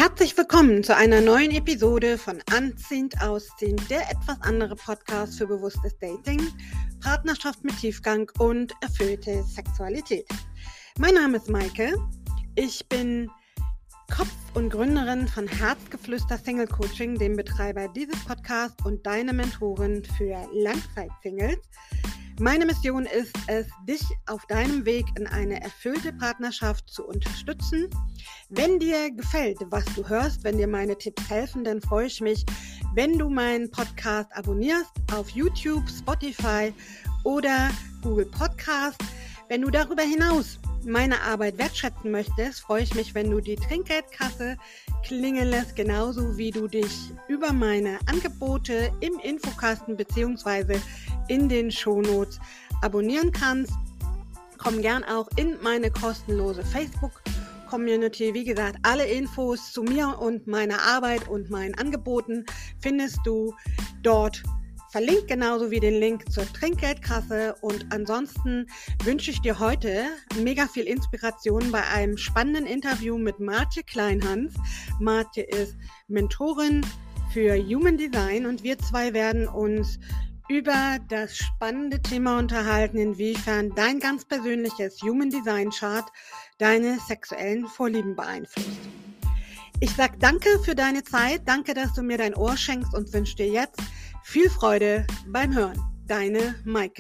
Herzlich willkommen zu einer neuen Episode von Anziehend Ausziehend, der etwas andere Podcast für bewusstes Dating, Partnerschaft mit Tiefgang und erfüllte Sexualität. Mein Name ist Maike, ich bin Kopf und Gründerin von Herzgeflüster Single Coaching, dem Betreiber dieses Podcasts und deine Mentorin für Langzeit-Singles. Meine Mission ist es, dich auf deinem Weg in eine erfüllte Partnerschaft zu unterstützen. Wenn dir gefällt, was du hörst, wenn dir meine Tipps helfen, dann freue ich mich, wenn du meinen Podcast abonnierst auf YouTube, Spotify oder Google Podcast. Wenn du darüber hinaus meine Arbeit wertschätzen möchtest, freue ich mich, wenn du die Trinkgeldkasse klingeln lässt, genauso wie du dich über meine Angebote im Infokasten bzw. in den Shownotes abonnieren kannst. Komm gern auch in meine kostenlose Facebook-Community. Wie gesagt, alle Infos zu mir und meiner Arbeit und meinen Angeboten findest du dort verlinkt, genauso wie den Link zur Trinkgeldkasse. Und ansonsten wünsche ich dir heute mega viel Inspiration bei einem spannenden Interview mit Maartje Kleinhans. Maartje ist Mentorin für Human Design und wir zwei werden uns über das spannende Thema unterhalten, inwiefern dein ganz persönliches Human Design Chart deine sexuellen Vorlieben beeinflusst. Ich sag danke für deine Zeit, danke, dass du mir dein Ohr schenkst und wünsche dir jetzt viel Freude beim Hören. Deine Maike.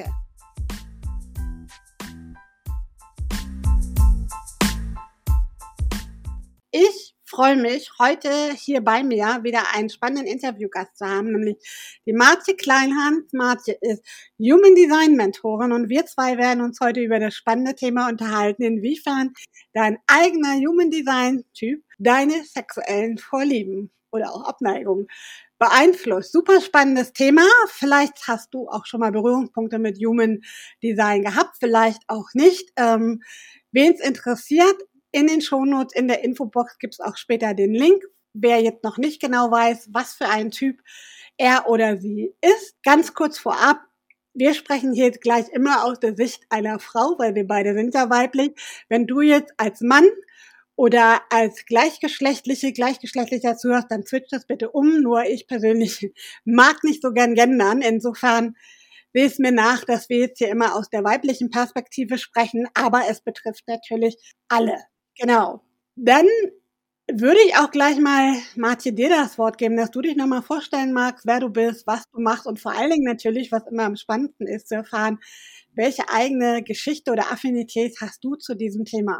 Ich freue mich, heute hier bei mir wieder einen spannenden Interviewgast zu haben, nämlich die Maartje Kleinhans. Maartje ist Human Design Mentorin und wir zwei werden uns heute über das spannende Thema unterhalten, inwiefern dein eigener Human Design Typ deine sexuellen Vorlieben oder auch Abneigungen beeinflusst. Super spannendes Thema. Vielleicht hast du auch schon mal Berührungspunkte mit Human Design gehabt, vielleicht auch nicht. Wen es interessiert, in den Shownotes, in der Infobox gibt es auch später den Link. Wer jetzt noch nicht genau weiß, was für ein Typ er oder sie ist. Ganz kurz vorab, wir sprechen hier jetzt gleich immer aus der Sicht einer Frau, weil wir beide sind ja weiblich. Wenn du jetzt als Mann oder als gleichgeschlechtlicher zuhörst, dann switch das bitte um. Nur ich persönlich mag nicht so gern gendern. Insofern sehe es mir nach, dass wir jetzt hier immer aus der weiblichen Perspektive sprechen, aber es betrifft natürlich alle. Genau. Dann würde ich auch gleich mal, Maartje, dir das Wort geben, dass du dich nochmal vorstellen magst, wer du bist, was du machst und vor allen Dingen natürlich, was immer am spannendsten ist, zu erfahren, welche eigene Geschichte oder Affinität hast du zu diesem Thema?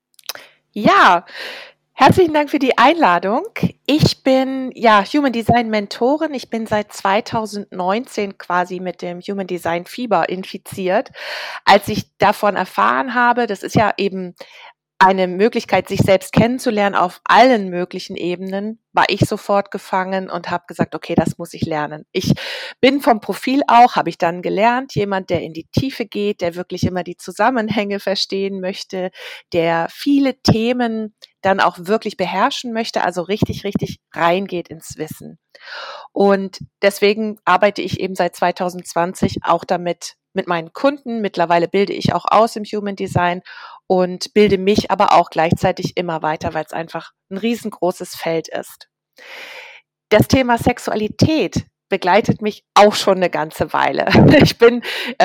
Ja, herzlichen Dank für die Einladung. Ich bin Human Design Mentorin. Ich bin seit 2019 quasi mit dem Human Design Fieber infiziert. Als ich davon erfahren habe, das ist ja eben eine Möglichkeit, sich selbst kennenzulernen auf allen möglichen Ebenen, war ich sofort gefangen und habe gesagt, okay, das muss ich lernen. Ich bin vom Profil auch, habe ich dann gelernt, jemand, der in die Tiefe geht, der wirklich immer die Zusammenhänge verstehen möchte, der viele Themen dann auch wirklich beherrschen möchte, also richtig reingeht ins Wissen. Und deswegen arbeite ich eben seit 2020 auch damit mit meinen Kunden. Mittlerweile bilde ich auch aus im Human Design und bilde mich aber auch gleichzeitig immer weiter, weil es einfach ein riesengroßes Feld ist. Das Thema Sexualität begleitet mich auch schon eine ganze Weile. Ich bin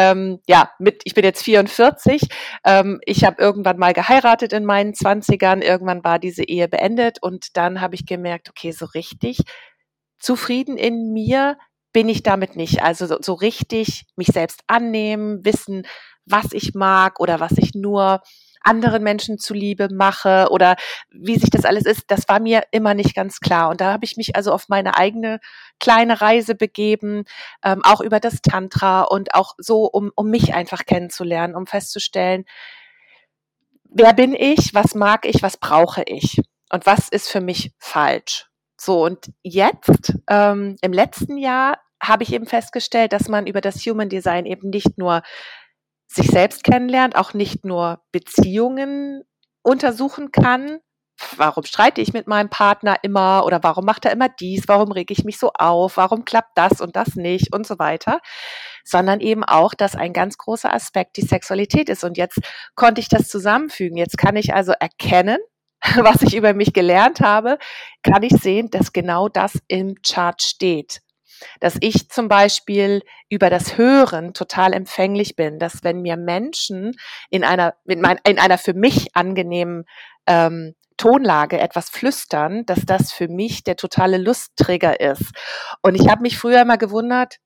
jetzt 44. Ich habe irgendwann mal geheiratet in meinen 20ern. Irgendwann war diese Ehe beendet und dann habe ich gemerkt, okay, so richtig zufrieden in mir bin ich damit nicht. Also so richtig mich selbst annehmen, wissen, was ich mag oder was ich nur anderen Menschen zuliebe mache oder wie sich das alles ist, das war mir immer nicht ganz klar. Und da habe ich mich also auf meine eigene kleine Reise begeben, auch über das Tantra und auch so, um mich einfach kennenzulernen, um festzustellen, wer bin ich, was mag ich, was brauche ich und was ist für mich falsch. So, und jetzt, im letzten Jahr, habe ich eben festgestellt, dass man über das Human Design eben nicht nur sich selbst kennenlernt, auch nicht nur Beziehungen untersuchen kann. Warum streite ich mit meinem Partner immer oder warum macht er immer dies? Warum rege ich mich so auf? Warum klappt das und das nicht und so weiter? Sondern eben auch, dass ein ganz großer Aspekt die Sexualität ist. Und jetzt konnte ich das zusammenfügen. Jetzt kann ich also erkennen, was ich über mich gelernt habe, kann ich sehen, dass genau das im Chart steht. Dass ich zum Beispiel über das Hören total empfänglich bin, dass wenn mir Menschen in einer für mich angenehmen Tonlage etwas flüstern, dass das für mich der totale Lustträger ist. Und ich habe mich früher immer gewundert,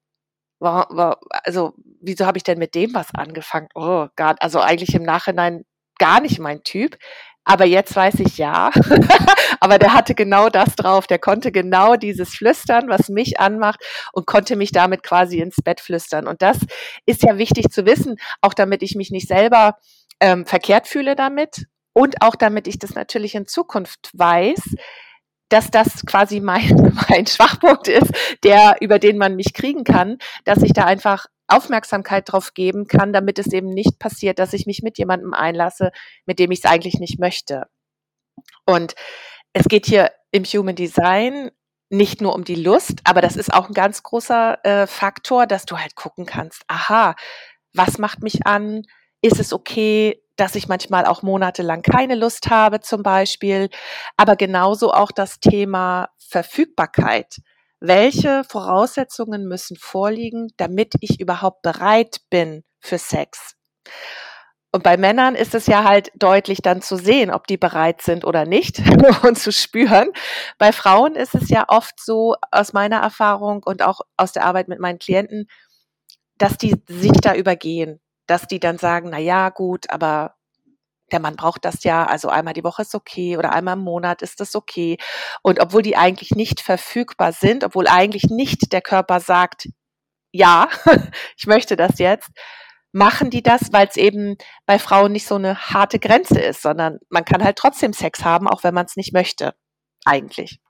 also wieso habe ich denn mit dem was angefangen? Oh, also eigentlich im Nachhinein gar nicht mein Typ. Aber jetzt weiß ich ja. Aber der hatte genau das drauf. Der konnte genau dieses Flüstern, was mich anmacht, und konnte mich damit quasi ins Bett flüstern. Und das ist ja wichtig zu wissen, auch damit ich mich nicht selber verkehrt fühle damit und auch damit ich das natürlich in Zukunft weiß, dass das quasi mein Schwachpunkt ist, über den man mich kriegen kann, dass ich da einfach Aufmerksamkeit drauf geben kann, damit es eben nicht passiert, dass ich mich mit jemandem einlasse, mit dem ich es eigentlich nicht möchte. Und es geht hier im Human Design nicht nur um die Lust, aber das ist auch ein ganz großer Faktor, dass du halt gucken kannst, aha, was macht mich an? Ist es okay, dass ich manchmal auch monatelang keine Lust habe zum Beispiel? Aber genauso auch das Thema Verfügbarkeit. Welche Voraussetzungen müssen vorliegen, damit ich überhaupt bereit bin für Sex? Und bei Männern ist es ja halt deutlich dann zu sehen, ob die bereit sind oder nicht und zu spüren. Bei Frauen ist es ja oft so, aus meiner Erfahrung und auch aus der Arbeit mit meinen Klienten, dass die sich da übergehen, dass die dann sagen, na ja, gut, aber der Mann braucht das ja, also einmal die Woche ist okay oder einmal im Monat ist das okay. Und obwohl die eigentlich nicht verfügbar sind, obwohl eigentlich nicht der Körper sagt, ja, ich möchte das jetzt, machen die das, weil es eben bei Frauen nicht so eine harte Grenze ist, sondern man kann halt trotzdem Sex haben, auch wenn man es nicht möchte, eigentlich.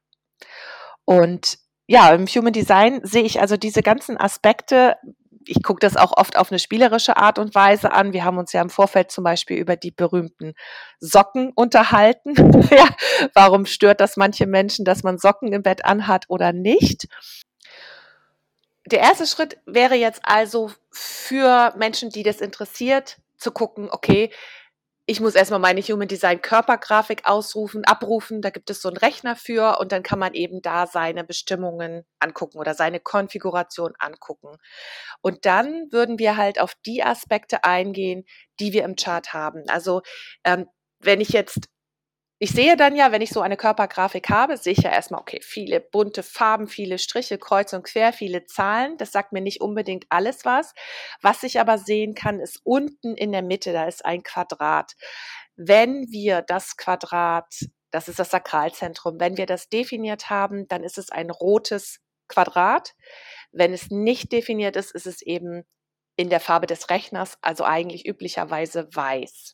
Und ja, im Human Design sehe ich also diese ganzen Aspekte. Ich gucke das auch oft auf eine spielerische Art und Weise an. Wir haben uns ja im Vorfeld zum Beispiel über die berühmten Socken unterhalten. Ja, warum stört das manche Menschen, dass man Socken im Bett anhat oder nicht? Der erste Schritt wäre jetzt also für Menschen, die das interessiert, zu gucken, okay, ich muss erstmal meine Human Design Körpergrafik abrufen, da gibt es so einen Rechner für und dann kann man eben da seine Bestimmungen angucken oder seine Konfiguration angucken. Und dann würden wir halt auf die Aspekte eingehen, die wir im Chart haben. Also wenn ich sehe dann ja, wenn ich so eine Körpergrafik habe, sehe ich ja erstmal, okay, viele bunte Farben, viele Striche, kreuz und quer, viele Zahlen. Das sagt mir nicht unbedingt alles was. Was ich aber sehen kann, ist unten in der Mitte, da ist ein Quadrat. Wenn wir das Quadrat, das ist das Sakralzentrum, wenn wir das definiert haben, dann ist es ein rotes Quadrat. Wenn es nicht definiert ist, ist es eben in der Farbe des Rechners, also eigentlich üblicherweise weiß.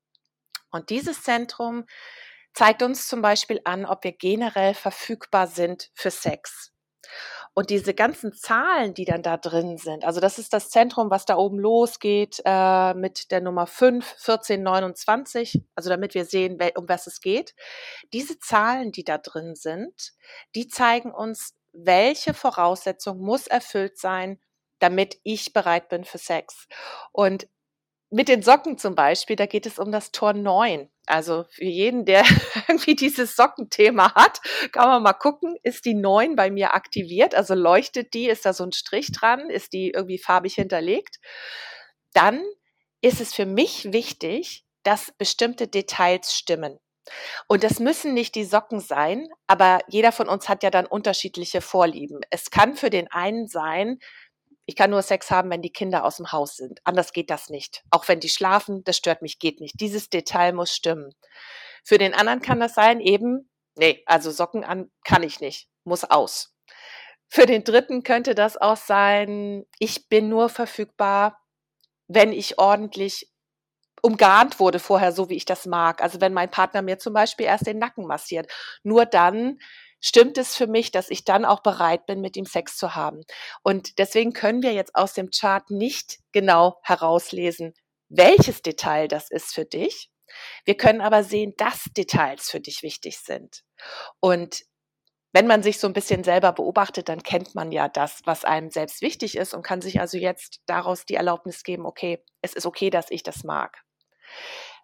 Und dieses Zentrum zeigt uns zum Beispiel an, ob wir generell verfügbar sind für Sex. Und diese ganzen Zahlen, die dann da drin sind, also das ist das Zentrum, was da oben losgeht mit der Nummer 5, 14, 29, also damit wir sehen, um was es geht. Diese Zahlen, die da drin sind, die zeigen uns, welche Voraussetzung muss erfüllt sein, damit ich bereit bin für Sex. Und mit den Socken zum Beispiel, da geht es um das Tor 9. Also für jeden, der irgendwie dieses Sockenthema hat, kann man mal gucken, ist die 9 bei mir aktiviert? Also leuchtet die, ist da so ein Strich dran, ist die irgendwie farbig hinterlegt? Dann ist es für mich wichtig, dass bestimmte Details stimmen. Und das müssen nicht die Socken sein, aber jeder von uns hat ja dann unterschiedliche Vorlieben. Es kann für den einen sein, ich kann nur Sex haben, wenn die Kinder aus dem Haus sind. Anders geht das nicht. Auch wenn die schlafen, das stört mich, geht nicht. Dieses Detail muss stimmen. Für den anderen kann das sein, eben, nee, also Socken an kann ich nicht, muss aus. Für den dritten könnte das auch sein, ich bin nur verfügbar, wenn ich ordentlich umgarnt wurde vorher, so wie ich das mag. Also wenn mein Partner mir zum Beispiel erst den Nacken massiert. Nur dann stimmt es für mich, dass ich dann auch bereit bin, mit ihm Sex zu haben. Und deswegen können wir jetzt aus dem Chart nicht genau herauslesen, welches Detail das ist für dich. Wir können aber sehen, dass Details für dich wichtig sind. Und wenn man sich so ein bisschen selber beobachtet, dann kennt man ja das, was einem selbst wichtig ist und kann sich also jetzt daraus die Erlaubnis geben, okay, es ist okay, dass ich das mag.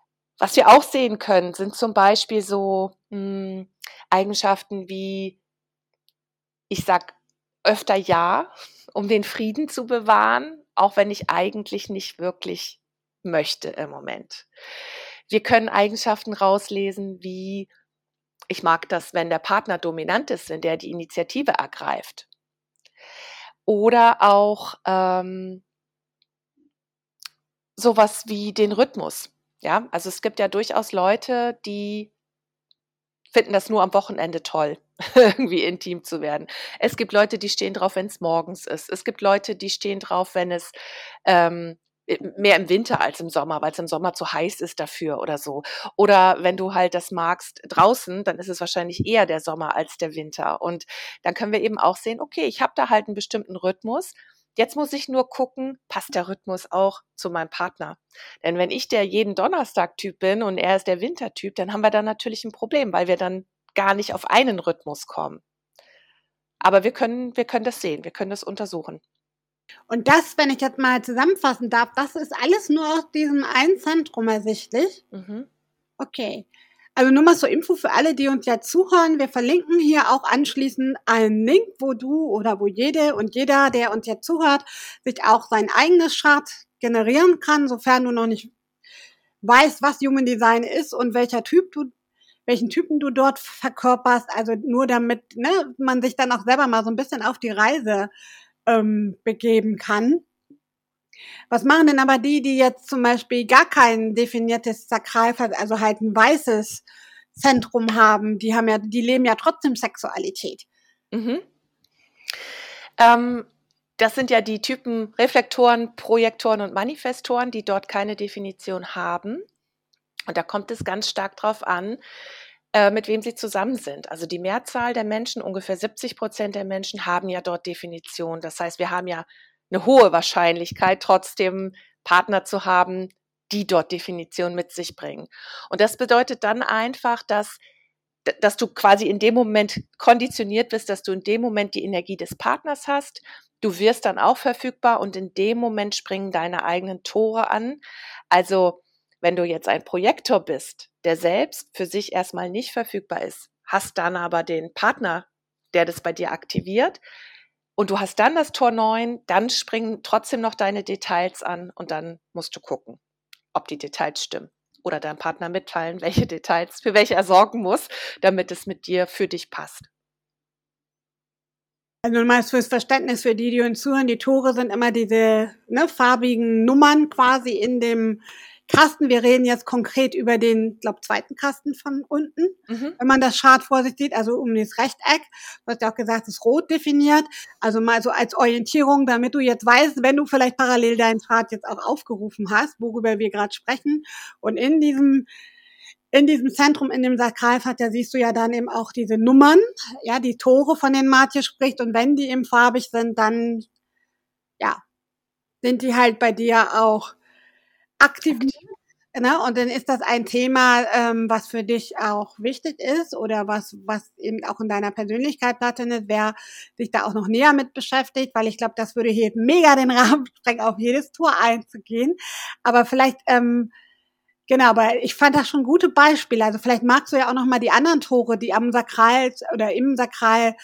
Was wir auch sehen können, sind zum Beispiel so Eigenschaften wie, ich sag öfter ja, um den Frieden zu bewahren, auch wenn ich eigentlich nicht wirklich möchte im Moment. Wir können Eigenschaften rauslesen wie, ich mag das, wenn der Partner dominant ist, wenn der die Initiative ergreift. Oder auch sowas wie den Rhythmus. Ja, also es gibt ja durchaus Leute, die finden das nur am Wochenende toll, irgendwie intim zu werden. Es gibt Leute, die stehen drauf, wenn es morgens ist. Es gibt Leute, die stehen drauf, wenn es mehr im Winter als im Sommer, weil es im Sommer zu heiß ist dafür oder so. Oder wenn du halt das magst draußen, dann ist es wahrscheinlich eher der Sommer als der Winter. Und dann können wir eben auch sehen, okay, ich habe da halt einen bestimmten Rhythmus. Jetzt muss ich nur gucken, passt der Rhythmus auch zu meinem Partner? Denn wenn ich der jeden Donnerstag-Typ bin und er ist der Wintertyp, dann haben wir da natürlich ein Problem, weil wir dann gar nicht auf einen Rhythmus kommen. Aber wir können das sehen, wir können das untersuchen. Und das, wenn ich jetzt mal zusammenfassen darf, das ist alles nur aus diesem einen Zentrum ersichtlich? Mhm. Okay. Also nur mal zur Info für alle, die uns jetzt zuhören. Wir verlinken hier auch anschließend einen Link, wo du oder wo jede und jeder, der uns jetzt zuhört, sich auch sein eigenes Chart generieren kann, sofern du noch nicht weißt, was Human Design ist und welchen Typen du dort verkörperst. Also nur damit man sich dann auch selber mal so ein bisschen auf die Reise begeben kann. Was machen denn aber die jetzt zum Beispiel gar kein definiertes Sakralfeld, also halt ein weißes Zentrum haben? Die leben ja trotzdem Sexualität. Mhm. Das sind ja die Typen Reflektoren, Projektoren und Manifestoren, die dort keine Definition haben. Und da kommt es ganz stark drauf an, mit wem sie zusammen sind. Also die Mehrzahl der Menschen, ungefähr 70% der Menschen, haben ja dort Definition. Das heißt, wir haben ja eine hohe Wahrscheinlichkeit, trotzdem Partner zu haben, die dort Definition mit sich bringen. Und das bedeutet dann einfach, dass du quasi in dem Moment konditioniert bist, dass du in dem Moment die Energie des Partners hast. Du wirst dann auch verfügbar und in dem Moment springen deine eigenen Tore an. Also wenn du jetzt ein Projektor bist, der selbst für sich erstmal nicht verfügbar ist, hast dann aber den Partner, der das bei dir aktiviert, und du hast dann das Tor 9, dann springen trotzdem noch deine Details an und dann musst du gucken, ob die Details stimmen. Oder deinem Partner mitteilen, welche Details, für welche er sorgen muss, damit es mit dir für dich passt. Also nochmal fürs Verständnis für die uns zuhören, die Tore sind immer diese farbigen Nummern quasi in dem Kasten. Wir reden jetzt konkret über den, zweiten Kasten von unten. Mhm. Wenn man das Chart vor sich sieht, also um das Rechteck, du hast ja auch gesagt, es ist rot definiert, also mal so als Orientierung, damit du jetzt weißt, wenn du vielleicht parallel deinen Chart jetzt auch aufgerufen hast, worüber wir gerade sprechen. Und in diesem Zentrum, in dem Sakralfeld, da siehst du ja dann eben auch diese Nummern, ja, die Tore, von denen Martje spricht. Und wenn die eben farbig sind, dann, sind die halt bei dir auch aktiv. Ne? Und dann ist das ein Thema, was für dich auch wichtig ist oder was eben auch in deiner Persönlichkeit stattfindet, wer sich da auch noch näher mit beschäftigt, weil ich glaube, das würde hier mega den Rahmen sprengen, auf jedes Tor einzugehen. Aber vielleicht, genau, aber ich fand das schon gute Beispiele. Also vielleicht magst du ja auch noch mal die anderen Tore, die am Sakral oder im Sakral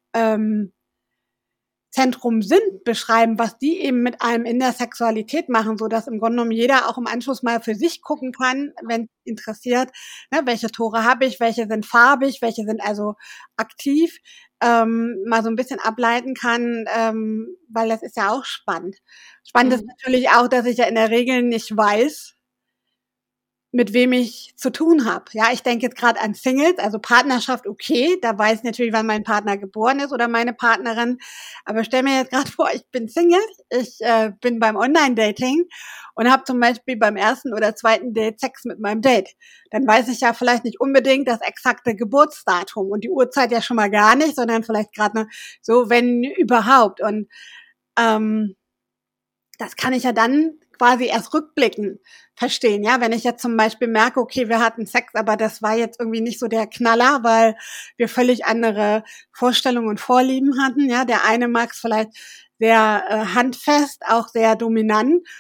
Zentrum sind, beschreiben, was die eben mit einem in der Sexualität machen, so dass im Grunde genommen jeder auch im Anschluss mal für sich gucken kann, wenn interessiert, welche Tore habe ich, welche sind farbig, welche sind also aktiv, mal so ein bisschen ableiten kann, weil das ist ja auch spannend. Spannend ist natürlich auch, dass ich ja in der Regel nicht weiß, mit wem ich zu tun habe. Ja, ich denke jetzt gerade an Singles, also Partnerschaft, okay, da weiß ich natürlich, wann mein Partner geboren ist oder meine Partnerin. Aber stell mir jetzt gerade vor, ich bin Single, ich bin beim Online-Dating und habe zum Beispiel beim ersten oder zweiten Date Sex mit meinem Date. Dann weiß ich ja vielleicht nicht unbedingt das exakte Geburtsdatum und die Uhrzeit ja schon mal gar nicht, sondern vielleicht gerade so, wenn überhaupt. Und das kann ich ja dann quasi erst rückblickend verstehen, ja, wenn ich jetzt zum Beispiel merke, okay, wir hatten Sex, aber das war jetzt irgendwie nicht so der Knaller, weil wir völlig andere Vorstellungen und Vorlieben hatten, ja, der eine mag es vielleicht sehr handfest, auch sehr dominant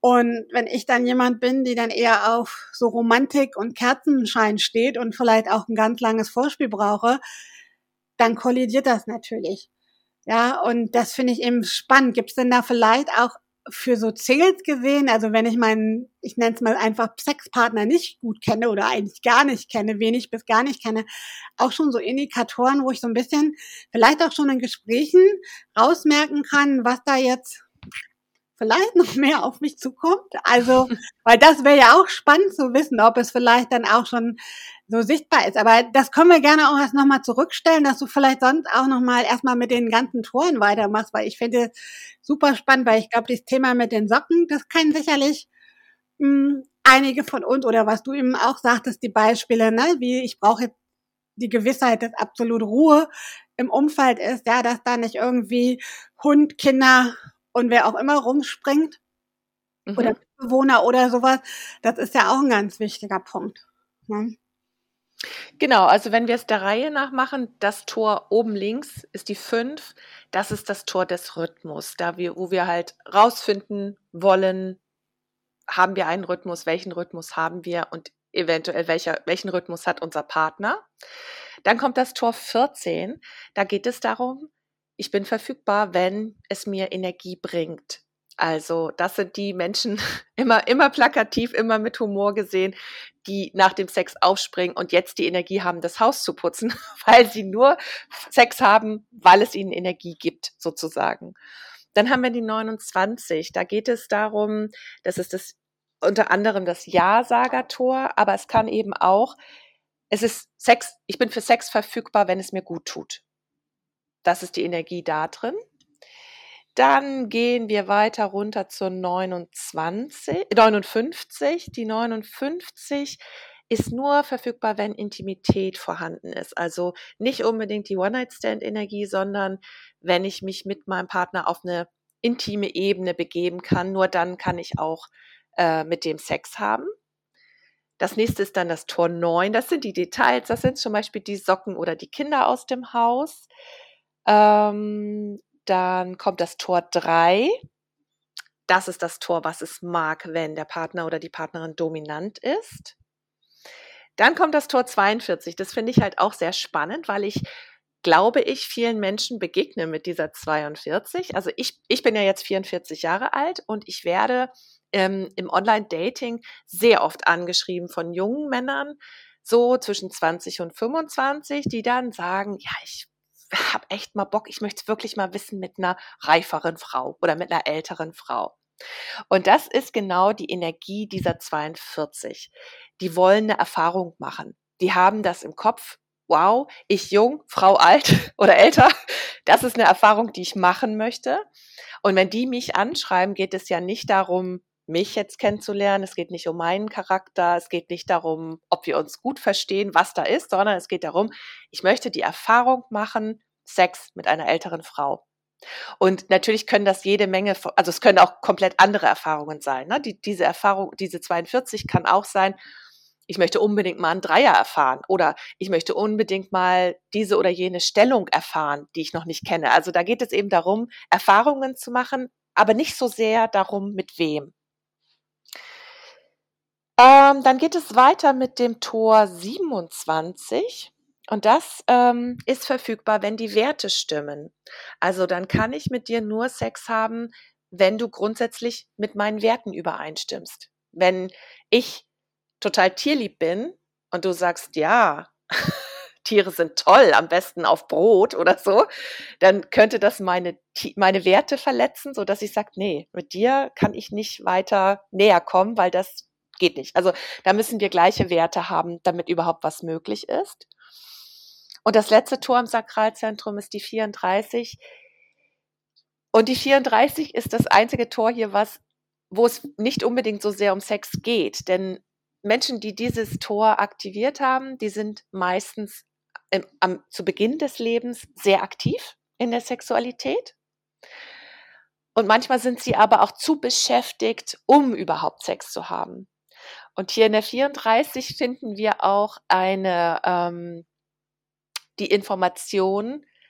Und wenn ich dann jemand bin, die dann eher auf so Romantik und Kerzenschein steht und vielleicht auch ein ganz langes Vorspiel brauche, dann kollidiert das natürlich. Ja, und das finde ich eben spannend. Gibt es denn da vielleicht auch für so Singles gesehen, also wenn ich meinen, ich nenne es mal einfach Sexpartner nicht gut kenne oder eigentlich gar nicht kenne, wenig bis gar nicht kenne, auch schon so Indikatoren, wo ich so ein bisschen vielleicht auch schon in Gesprächen rausmerken kann, was da jetzt vielleicht noch mehr auf mich zukommt. Also, weil das wäre ja auch spannend zu wissen, ob es vielleicht dann auch schon so sichtbar ist. Aber das können wir gerne auch erst nochmal zurückstellen, dass du vielleicht sonst auch nochmal erstmal mit den ganzen Toren weitermachst, weil ich finde super spannend, weil ich glaube, das Thema mit den Socken, das kann sicherlich einige von uns, oder was du eben auch sagtest, die Beispiele, ne, wie ich brauche jetzt die Gewissheit, dass absolut Ruhe im Umfeld ist, ja, dass da nicht irgendwie Hund, Kinder und wer auch immer rumspringt oder Mhm. Bewohner oder sowas. Das ist ja auch ein ganz wichtiger Punkt. Ne? Genau, also wenn wir es der Reihe nach machen, das Tor oben links ist die 5. Das ist das Tor des Rhythmus, wo wir halt rausfinden wollen, haben wir einen Rhythmus, welchen Rhythmus haben wir und eventuell welchen Rhythmus hat unser Partner. Dann kommt das Tor 14. Da geht es darum, ich bin verfügbar, wenn es mir Energie bringt. Also das sind die Menschen, immer plakativ, immer mit Humor gesehen, die nach dem Sex aufspringen und jetzt die Energie haben, das Haus zu putzen, weil sie nur Sex haben, weil es ihnen Energie gibt, sozusagen. Dann haben wir die 29. Da geht es darum, das ist unter anderem das Ja-Sager-Tor, aber es kann eben auch, es ist Sex, ich bin für Sex verfügbar, wenn es mir gut tut. Das ist die Energie da drin. Dann gehen wir weiter runter zur 59. Die 59 ist nur verfügbar, wenn Intimität vorhanden ist. Also nicht unbedingt die One-Night-Stand-Energie, sondern wenn ich mich mit meinem Partner auf eine intime Ebene begeben kann. Nur dann kann ich auch mit dem Sex haben. Das nächste ist dann das Tor 9. Das sind die Details. Das sind zum Beispiel die Socken oder die Kinder aus dem Haus. Dann kommt das Tor 3. Das ist das Tor, was es mag, wenn der Partner oder die Partnerin dominant ist. Dann kommt das Tor 42. Das finde ich halt auch sehr spannend, weil glaube ich, vielen Menschen begegne mit dieser 42. Also ich bin ja jetzt 44 Jahre alt und ich werde im Online-Dating sehr oft angeschrieben von jungen Männern, so zwischen 20 und 25, die dann sagen, ja, ich habe echt mal Bock, ich möchte es wirklich mal wissen mit einer reiferen Frau oder mit einer älteren Frau. Und das ist genau die Energie dieser 42. Die wollen eine Erfahrung machen. Die haben das im Kopf. Wow, ich jung, Frau alt oder älter. Das ist eine Erfahrung, die ich machen möchte. Und wenn die mich anschreiben, geht es ja nicht darum, mich jetzt kennenzulernen. Es geht nicht um meinen Charakter. Es geht nicht darum, ob wir uns gut verstehen, was da ist, sondern es geht darum, ich möchte die Erfahrung machen, Sex mit einer älteren Frau. Und natürlich können das jede Menge, also es können auch komplett andere Erfahrungen sein. Ne? Diese Erfahrung, diese 42 kann auch sein, ich möchte unbedingt mal einen Dreier erfahren oder ich möchte unbedingt mal diese oder jene Stellung erfahren, die ich noch nicht kenne. Also da geht es eben darum, Erfahrungen zu machen, aber nicht so sehr darum, mit wem. Dann geht es weiter mit dem Tor 27. Und das ist verfügbar, wenn die Werte stimmen. Also dann kann ich mit dir nur Sex haben, wenn du grundsätzlich mit meinen Werten übereinstimmst. Wenn ich total tierlieb bin und du sagst, ja, Tiere sind toll, am besten auf Brot oder so, dann könnte das meine Werte verletzen, sodass ich sage, nee, mit dir kann ich nicht weiter näher kommen, weil das geht nicht. Also da müssen wir gleiche Werte haben, damit überhaupt was möglich ist. Und das letzte Tor im Sakralzentrum ist die 34. Und die 34 ist das einzige Tor hier, wo es nicht unbedingt so sehr um Sex geht. Denn Menschen, die dieses Tor aktiviert haben, die sind meistens zu Beginn des Lebens sehr aktiv in der Sexualität. Und manchmal sind sie aber auch zu beschäftigt, um überhaupt Sex zu haben. Und hier in der 34 finden wir auch die Information,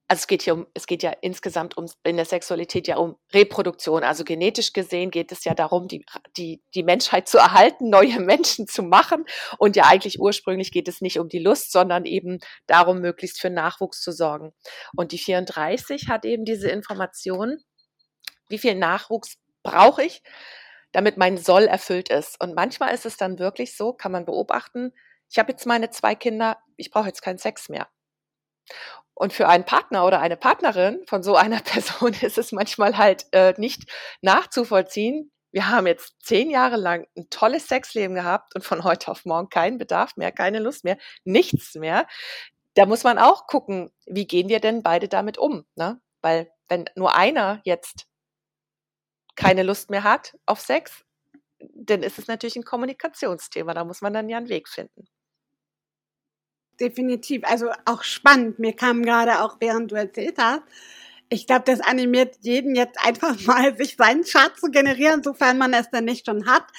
also es geht ja insgesamt in der Sexualität ja um Reproduktion. Also genetisch gesehen geht es ja darum, die Menschheit zu erhalten, neue Menschen zu machen. Und ja eigentlich ursprünglich geht es nicht um die Lust, sondern eben darum, möglichst für Nachwuchs zu sorgen. Und die 34 hat eben diese Information, wie viel Nachwuchs brauche ich, damit mein Soll erfüllt ist. Und manchmal ist es dann wirklich so, kann man beobachten, ich habe jetzt meine 2 Kinder, ich brauche jetzt keinen Sex mehr. Und für einen Partner oder eine Partnerin von so einer Person ist es manchmal halt nicht nachzuvollziehen. Wir haben jetzt 10 Jahre lang ein tolles Sexleben gehabt und von heute auf morgen keinen Bedarf mehr, keine Lust mehr, nichts mehr. Da muss man auch gucken, wie gehen wir denn beide damit um, ne? Weil wenn nur einer jetzt keine Lust mehr hat auf Sex, dann ist es natürlich ein Kommunikationsthema. Da muss man dann ja einen Weg finden. Definitiv. Also auch spannend. Mir kam gerade auch, während du erzählt hast, ich glaube, das animiert jeden jetzt einfach mal, sich seinen Chart zu generieren, sofern man es dann nicht schon hat.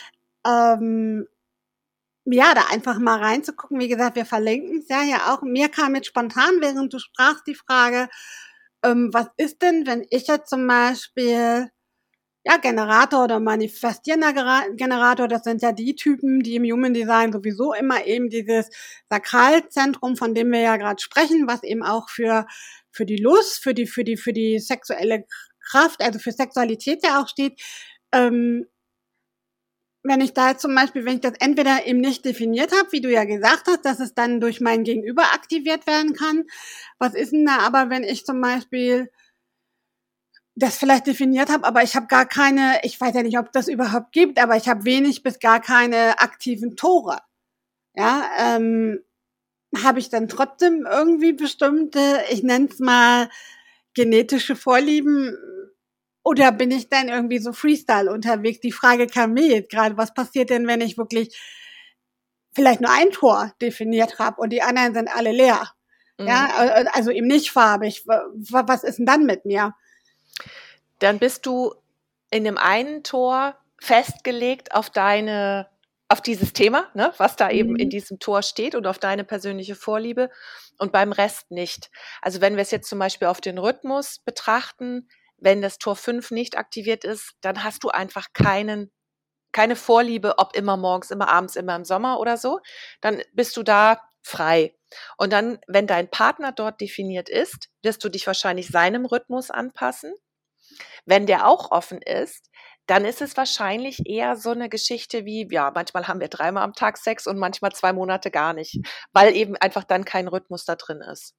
Ja, da einfach mal reinzugucken. Wie gesagt, wir verlinken es ja auch. Mir kam jetzt spontan, während du sprachst, die Frage, was ist denn, wenn ich jetzt zum Beispiel Generator oder manifestierender Generator, das sind ja die Typen, die im Human Design sowieso immer eben dieses Sakralzentrum, von dem wir ja gerade sprechen, was eben auch für die Lust, für die sexuelle Kraft, also für Sexualität ja auch steht. Wenn ich da jetzt zum Beispiel, wenn ich das entweder eben nicht definiert habe, wie du ja gesagt hast, dass es dann durch mein Gegenüber aktiviert werden kann. Was ist denn da aber, wenn ich zum Beispiel das vielleicht definiert habe, aber ich habe gar keine, ich weiß ja nicht, ob das überhaupt gibt, aber ich habe wenig bis gar keine aktiven Tore. Ja, habe ich dann trotzdem irgendwie bestimmte, ich nenne es mal genetische Vorlieben, oder bin ich dann irgendwie so Freestyle unterwegs? Die Frage kam mir jetzt gerade, was passiert denn, wenn ich wirklich vielleicht nur ein Tor definiert habe und die anderen sind alle leer? Ja, also eben nicht farbig. Was ist denn dann mit mir? Dann bist du in dem einen Tor festgelegt auf dieses Thema, ne, was da eben in diesem Tor steht und auf deine persönliche Vorliebe und beim Rest nicht. Also wenn wir es jetzt zum Beispiel auf den Rhythmus betrachten, wenn das Tor 5 nicht aktiviert ist, dann hast du einfach keine Vorliebe, ob immer morgens, immer abends, immer im Sommer oder so. Dann bist du da frei. Und dann, wenn dein Partner dort definiert ist, wirst du dich wahrscheinlich seinem Rhythmus anpassen. Wenn der auch offen ist, dann ist es wahrscheinlich eher so eine Geschichte wie, ja, manchmal haben wir 3-mal am Tag Sex und manchmal 2 Monate gar nicht, weil eben einfach dann kein Rhythmus da drin ist.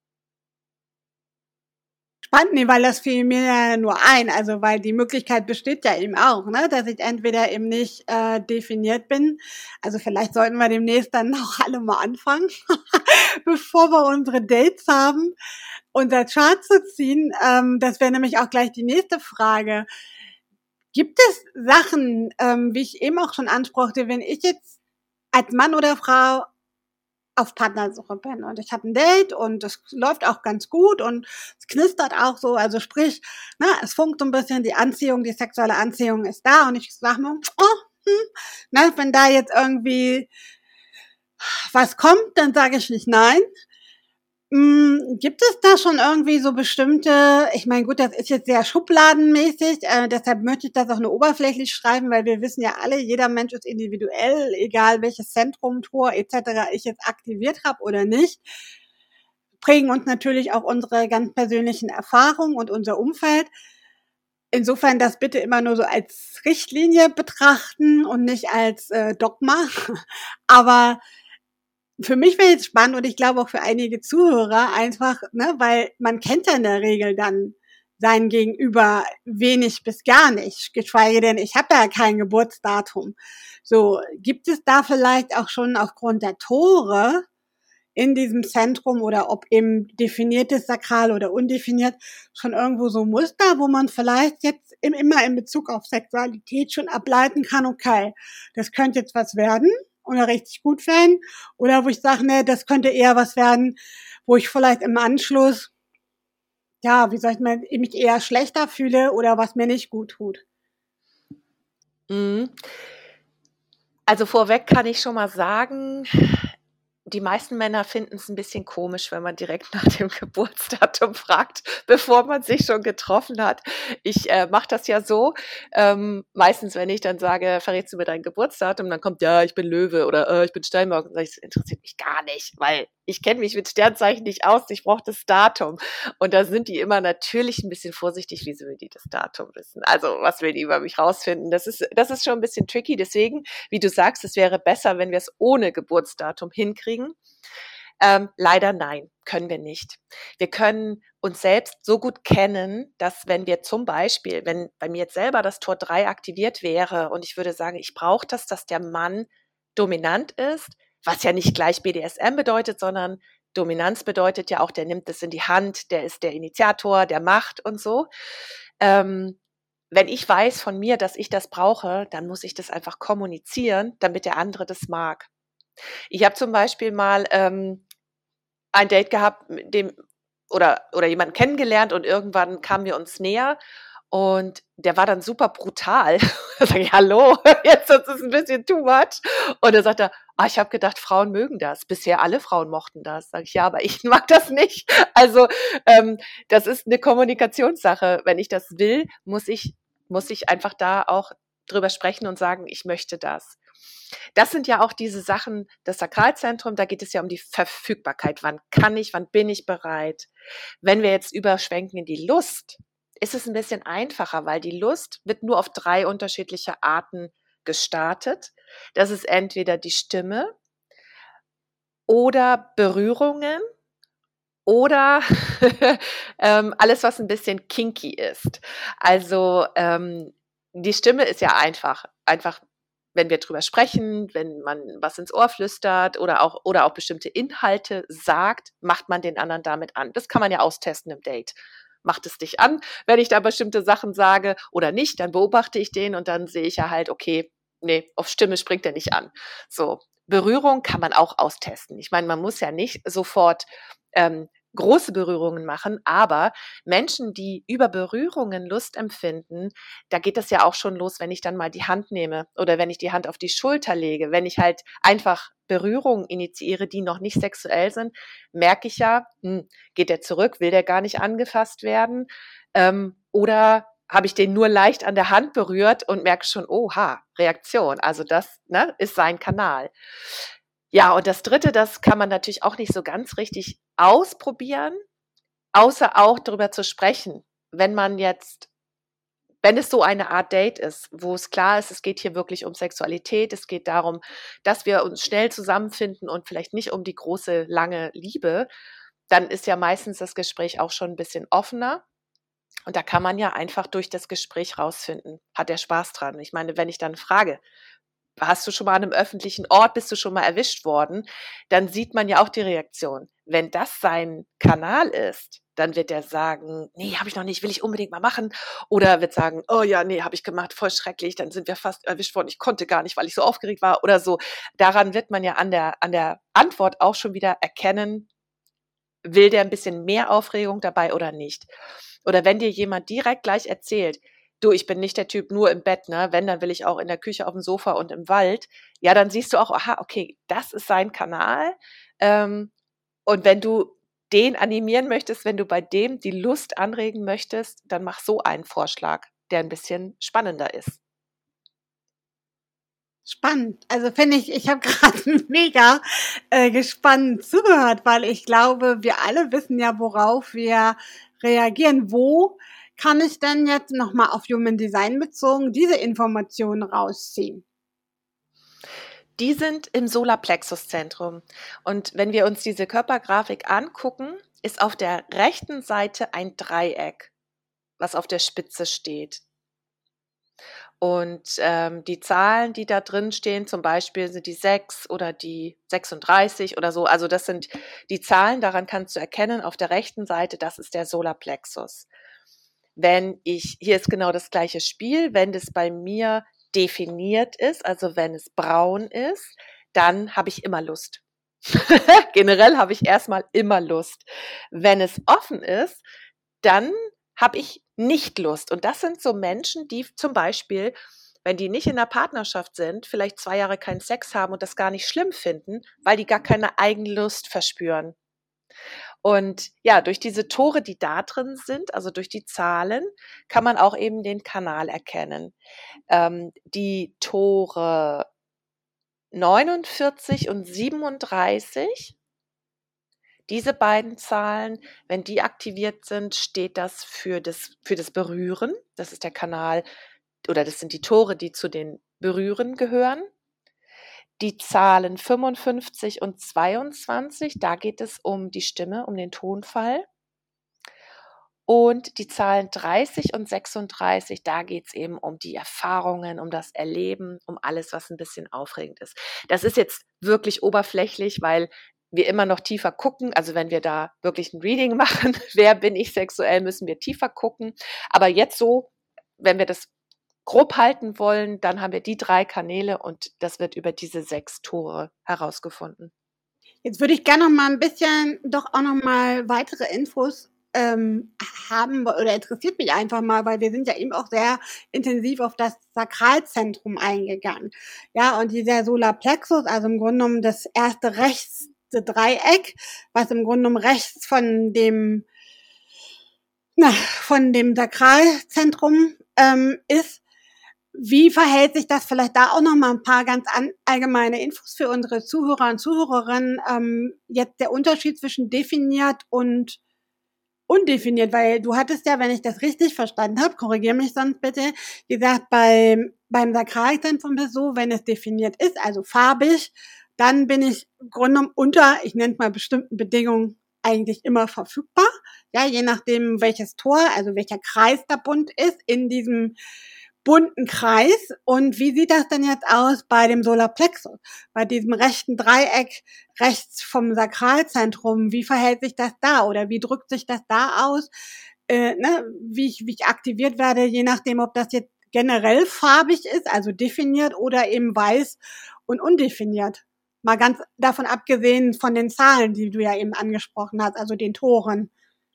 Spannend, nee, weil das fiel mir ja nur ein, also weil die Möglichkeit besteht ja eben auch, ne, dass ich entweder eben nicht definiert bin, also vielleicht sollten wir demnächst dann auch alle mal anfangen, bevor wir unsere Dates haben, unser Chart zu ziehen. Das wäre nämlich auch gleich die nächste Frage. Gibt es Sachen, wie ich eben auch schon ansprach, wenn ich jetzt als Mann oder Frau auf Partnersuche bin und ich habe ein Date und das läuft auch ganz gut und es knistert auch so, also sprich, ne, es funkt so ein bisschen, die Anziehung, die sexuelle Anziehung ist da und ich sag mir, ne, wenn da jetzt irgendwie was kommt, dann sage ich nicht nein. Gibt es da schon irgendwie so bestimmte, ich meine, gut, das ist jetzt sehr schubladenmäßig, deshalb möchte ich das auch nur oberflächlich schreiben, weil wir wissen ja alle, jeder Mensch ist individuell, egal welches Zentrum, Tor etc. ich jetzt aktiviert habe oder nicht, prägen uns natürlich auch unsere ganz persönlichen Erfahrungen und unser Umfeld. Insofern das bitte immer nur so als Richtlinie betrachten und nicht als Dogma, aber für mich wäre jetzt spannend und ich glaube auch für einige Zuhörer einfach, ne, weil man kennt ja in der Regel dann sein Gegenüber wenig bis gar nicht, geschweige denn, ich habe ja kein Geburtsdatum. So, gibt es da vielleicht auch schon aufgrund der Tore in diesem Zentrum oder ob eben definiertes Sakral oder undefiniert schon irgendwo so Muster, wo man vielleicht jetzt immer in Bezug auf Sexualität schon ableiten kann, okay, das könnte jetzt was werden oder richtig gut werden, oder wo ich sage, ne, das könnte eher was werden, wo ich vielleicht im Anschluss, ja, wie soll ich mal, mich eher schlechter fühle oder was mir nicht gut tut. Also vorweg kann ich schon mal sagen, die meisten Männer finden es ein bisschen komisch, wenn man direkt nach dem Geburtsdatum fragt, bevor man sich schon getroffen hat. Ich mache das ja so, meistens, wenn ich dann sage, verrätst du mir dein Geburtsdatum, dann kommt, ja, ich bin Löwe oder ich bin Steinbock. Und sage ich, das interessiert mich gar nicht, weil ich kenne mich mit Sternzeichen nicht aus, ich brauche das Datum. Und da sind die immer natürlich ein bisschen vorsichtig, wieso will die das Datum wissen? Also, was will die über mich rausfinden? Das ist schon ein bisschen tricky, deswegen, wie du sagst, es wäre besser, wenn wir es ohne Geburtsdatum hinkriegen. Leider nein, können wir nicht. Wir können uns selbst so gut kennen, dass wenn wir zum Beispiel, wenn bei mir jetzt selber das Tor 3 aktiviert wäre und ich würde sagen, ich brauche das, dass der Mann dominant ist, was ja nicht gleich BDSM bedeutet, sondern Dominanz bedeutet ja auch, der nimmt es in die Hand, der ist der Initiator, der macht und so. Wenn ich weiß von mir, dass ich das brauche, dann muss ich das einfach kommunizieren, damit der andere das mag. Ich habe zum Beispiel mal ein Date gehabt, mit dem oder jemanden kennengelernt und irgendwann kamen wir uns näher und der war dann super brutal. Da sage ich, hallo, jetzt ist es ein bisschen too much. Und er sagt er, ich habe gedacht, Frauen mögen das. Bisher alle Frauen mochten das. Sage ich, ja, aber ich mag das nicht. Also das ist eine Kommunikationssache. Wenn ich das will, muss ich einfach da auch drüber sprechen und sagen, ich möchte das. Das sind ja auch diese Sachen, das Sakralzentrum, da geht es ja um die Verfügbarkeit. Wann kann ich, wann bin ich bereit? Wenn wir jetzt überschwenken in die Lust, ist es ein bisschen einfacher, weil die Lust wird nur auf 3 unterschiedliche Arten gestartet. Das ist entweder die Stimme oder Berührungen oder alles, was ein bisschen kinky ist. Also die Stimme ist ja einfach, wenn wir drüber sprechen, wenn man was ins Ohr flüstert oder auch bestimmte Inhalte sagt, macht man den anderen damit an. Das kann man ja austesten im Date. Macht es dich an, wenn ich da bestimmte Sachen sage oder nicht, dann beobachte ich den und dann sehe ich ja halt, okay, nee, auf Stimme springt er nicht an. So, Berührung kann man auch austesten. Ich meine, man muss ja nicht sofort große Berührungen machen, aber Menschen, die über Berührungen Lust empfinden, da geht das ja auch schon los, wenn ich dann mal die Hand nehme oder wenn ich die Hand auf die Schulter lege, wenn ich halt einfach Berührungen initiiere, die noch nicht sexuell sind, merke ich ja, geht der zurück, will der gar nicht angefasst werden oder habe ich den nur leicht an der Hand berührt und merke schon, oha, Reaktion, also das ist sein Kanal. Ja, und das Dritte, das kann man natürlich auch nicht so ganz richtig ausprobieren, außer auch darüber zu sprechen. Wenn es so eine Art Date ist, wo es klar ist, es geht hier wirklich um Sexualität, es geht darum, dass wir uns schnell zusammenfinden und vielleicht nicht um die große, lange Liebe, dann ist ja meistens das Gespräch auch schon ein bisschen offener. Und da kann man ja einfach durch das Gespräch rausfinden, hat er Spaß dran? Ich meine, wenn ich dann frage, hast du schon mal an einem öffentlichen Ort, bist du schon mal erwischt worden, dann sieht man ja auch die Reaktion. Wenn das sein Kanal ist, dann wird er sagen, nee, habe ich noch nicht, will ich unbedingt mal machen. Oder wird sagen, oh ja, nee, habe ich gemacht, voll schrecklich, dann sind wir fast erwischt worden, ich konnte gar nicht, weil ich so aufgeregt war oder so. Daran wird man ja an der Antwort auch schon wieder erkennen, will der ein bisschen mehr Aufregung dabei oder nicht. Oder wenn dir jemand direkt gleich erzählt, du, ich bin nicht der Typ nur im Bett, ne? Wenn, dann will ich auch in der Küche, auf dem Sofa und im Wald. Ja, dann siehst du auch, aha, okay, das ist sein Kanal. Und wenn du den animieren möchtest, wenn du bei dem die Lust anregen möchtest, dann mach so einen Vorschlag, der ein bisschen spannender ist. Spannend. Also finde ich habe gerade mega gespannt zugehört, weil ich glaube, wir alle wissen ja, worauf wir reagieren. Wo kann ich denn jetzt nochmal auf Human Design bezogen diese Informationen rausziehen? Die sind im Solarplexuszentrum. Und wenn wir uns diese Körpergrafik angucken, ist auf der rechten Seite ein Dreieck, was auf der Spitze steht. Und die Zahlen, die da drin stehen, zum Beispiel sind die 6 oder die 36 oder so. Also das sind die Zahlen, daran kannst du erkennen, auf der rechten Seite, das ist der Solarplexus. Hier ist genau das gleiche Spiel, wenn das bei mir definiert ist, also wenn es braun ist, dann habe ich immer Lust. Generell habe ich erstmal immer Lust. Wenn es offen ist, dann habe ich nicht Lust. Und das sind so Menschen, die zum Beispiel, wenn die nicht in der Partnerschaft sind, vielleicht 2 Jahre keinen Sex haben und das gar nicht schlimm finden, weil die gar keine Eigenlust verspüren. Und ja, durch diese Tore, die da drin sind, also durch die Zahlen, kann man auch eben den Kanal erkennen. Die Tore 49 und 37, diese beiden Zahlen, wenn die aktiviert sind, steht das für das Berühren. Das ist der Kanal oder das sind die Tore, die zu den Berühren gehören. Die Zahlen 55 und 22, da geht es um die Stimme, um den Tonfall. Und die Zahlen 30 und 36, da geht es eben um die Erfahrungen, um das Erleben, um alles, was ein bisschen aufregend ist. Das ist jetzt wirklich oberflächlich, weil wir immer noch tiefer gucken. Also wenn wir da wirklich ein Reading machen, wer bin ich sexuell, müssen wir tiefer gucken. Aber jetzt so, wenn wir das grob halten wollen, dann haben wir die 3 Kanäle und das wird über diese 6 Tore herausgefunden. Jetzt würde ich gerne noch mal ein bisschen, doch auch noch mal weitere Infos haben oder interessiert mich einfach mal, weil wir sind ja eben auch sehr intensiv auf das Sakralzentrum eingegangen. Ja, und dieser Solarplexus, also im Grunde genommen das erste rechte Dreieck, was im Grunde genommen rechts von dem Sakralzentrum ist. Wie verhält sich das? Vielleicht da auch noch mal ein paar ganz allgemeine Infos für unsere Zuhörer und Zuhörerinnen. Jetzt der Unterschied zwischen definiert und undefiniert, weil du hattest ja, wenn ich das richtig verstanden habe, korrigiere mich sonst bitte, gesagt, beim Sakralzentrum ist es so, wenn es definiert ist, also farbig, dann bin ich im Grunde genommen unter, ich nenne es mal bestimmten Bedingungen, eigentlich immer verfügbar. Ja, je nachdem, welches Tor, also welcher Kreis da bunt ist, in diesem bunten Kreis. Und wie sieht das denn jetzt aus bei dem Solarplexus? Bei diesem rechten Dreieck rechts vom Sakralzentrum, wie verhält sich das da oder wie drückt sich das da aus? Wie ich aktiviert werde, je nachdem, ob das jetzt generell farbig ist, also definiert oder eben weiß und undefiniert. Mal ganz davon abgesehen von den Zahlen, die du ja eben angesprochen hast, also den Toren.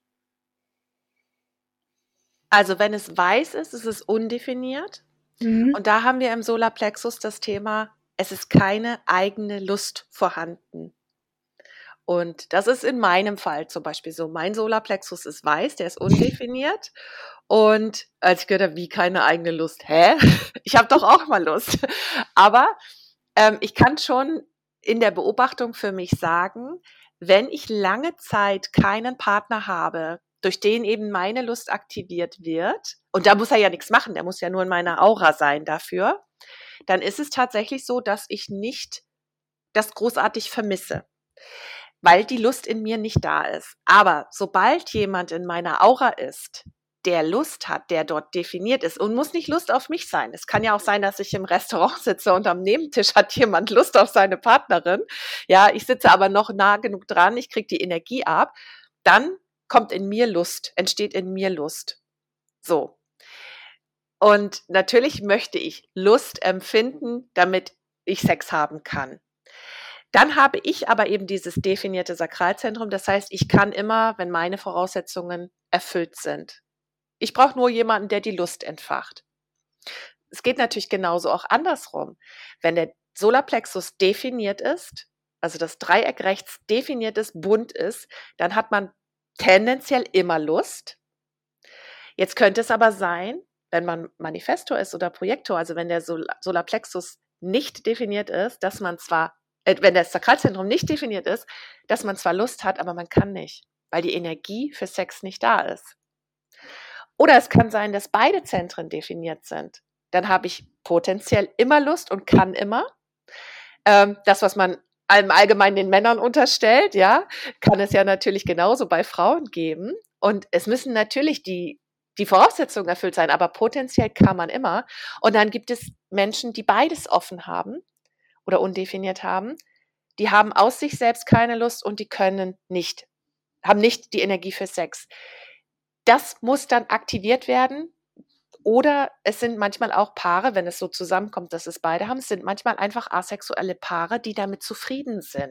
Also wenn es weiß ist, ist es undefiniert. Mhm. Und da haben wir im Solarplexus das Thema, es ist keine eigene Lust vorhanden. Und das ist in meinem Fall zum Beispiel so. Mein Solarplexus ist weiß, der ist undefiniert. Und als ich gehört habe, wie keine eigene Lust, hä? Ich habe doch auch mal Lust. Aber ich kann schon in der Beobachtung für mich sagen, wenn ich lange Zeit keinen Partner habe, durch den eben meine Lust aktiviert wird, und da muss er ja nichts machen, der muss ja nur in meiner Aura sein dafür, dann ist es tatsächlich so, dass ich nicht das großartig vermisse, weil die Lust in mir nicht da ist. Aber sobald jemand in meiner Aura ist, der Lust hat, der dort definiert ist und muss nicht Lust auf mich sein. Es kann ja auch sein, dass ich im Restaurant sitze und am Nebentisch hat jemand Lust auf seine Partnerin. Ja, ich sitze aber noch nah genug dran, ich kriege die Energie ab. Dann kommt in mir Lust, entsteht in mir Lust. So. Und natürlich möchte ich Lust empfinden, damit ich Sex haben kann. Dann habe ich aber eben dieses definierte Sakralzentrum. Das heißt, ich kann immer, wenn meine Voraussetzungen erfüllt sind. Ich brauche nur jemanden, der die Lust entfacht. Es geht natürlich genauso auch andersrum. Wenn der Solarplexus definiert ist, also das Dreieck rechts definiert ist, bunt ist, dann hat man tendenziell immer Lust. Jetzt könnte es aber sein, wenn man Manifestor ist oder Projektor, also wenn der Solarplexus nicht definiert ist, dass man zwar, wenn das Sakralzentrum nicht definiert ist, dass man zwar Lust hat, aber man kann nicht, weil die Energie für Sex nicht da ist. Oder es kann sein, dass beide Zentren definiert sind. Dann habe ich potenziell immer Lust und kann immer. Das, was man im Allgemeinen den Männern unterstellt, ja, kann es ja natürlich genauso bei Frauen geben. Und es müssen natürlich die Voraussetzungen erfüllt sein, aber potenziell kann man immer. Und dann gibt es Menschen, die beides offen haben oder undefiniert haben. Die haben aus sich selbst keine Lust und die haben nicht die Energie für Sex. Das muss dann aktiviert werden. Oder es sind manchmal auch Paare, wenn es so zusammenkommt, dass es beide haben, es sind manchmal einfach asexuelle Paare, die damit zufrieden sind.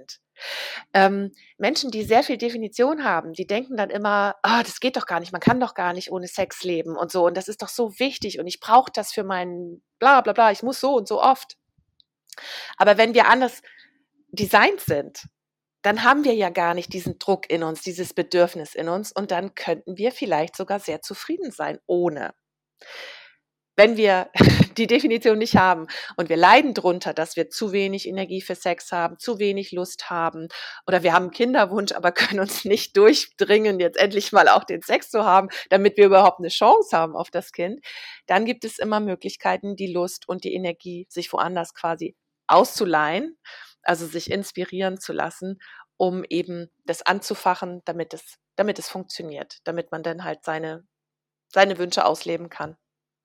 Menschen, die sehr viel Definition haben, die denken dann immer, das geht doch gar nicht, man kann doch gar nicht ohne Sex leben und so und das ist doch so wichtig und ich brauche das für meinen bla bla bla, ich muss so und so oft. Aber wenn wir anders designt sind, dann haben wir ja gar nicht diesen Druck in uns, dieses Bedürfnis in uns und dann könnten wir vielleicht sogar sehr zufrieden sein ohne. Wenn wir die Definition nicht haben und wir leiden drunter, dass wir zu wenig Energie für Sex haben, zu wenig Lust haben oder wir haben einen Kinderwunsch, aber können uns nicht durchdringen, jetzt endlich mal auch den Sex zu haben, damit wir überhaupt eine Chance haben auf das Kind, dann gibt es immer Möglichkeiten, die Lust und die Energie sich woanders quasi auszuleihen, also sich inspirieren zu lassen, um eben das anzufachen, damit es funktioniert, damit man dann halt seine Wünsche ausleben kann.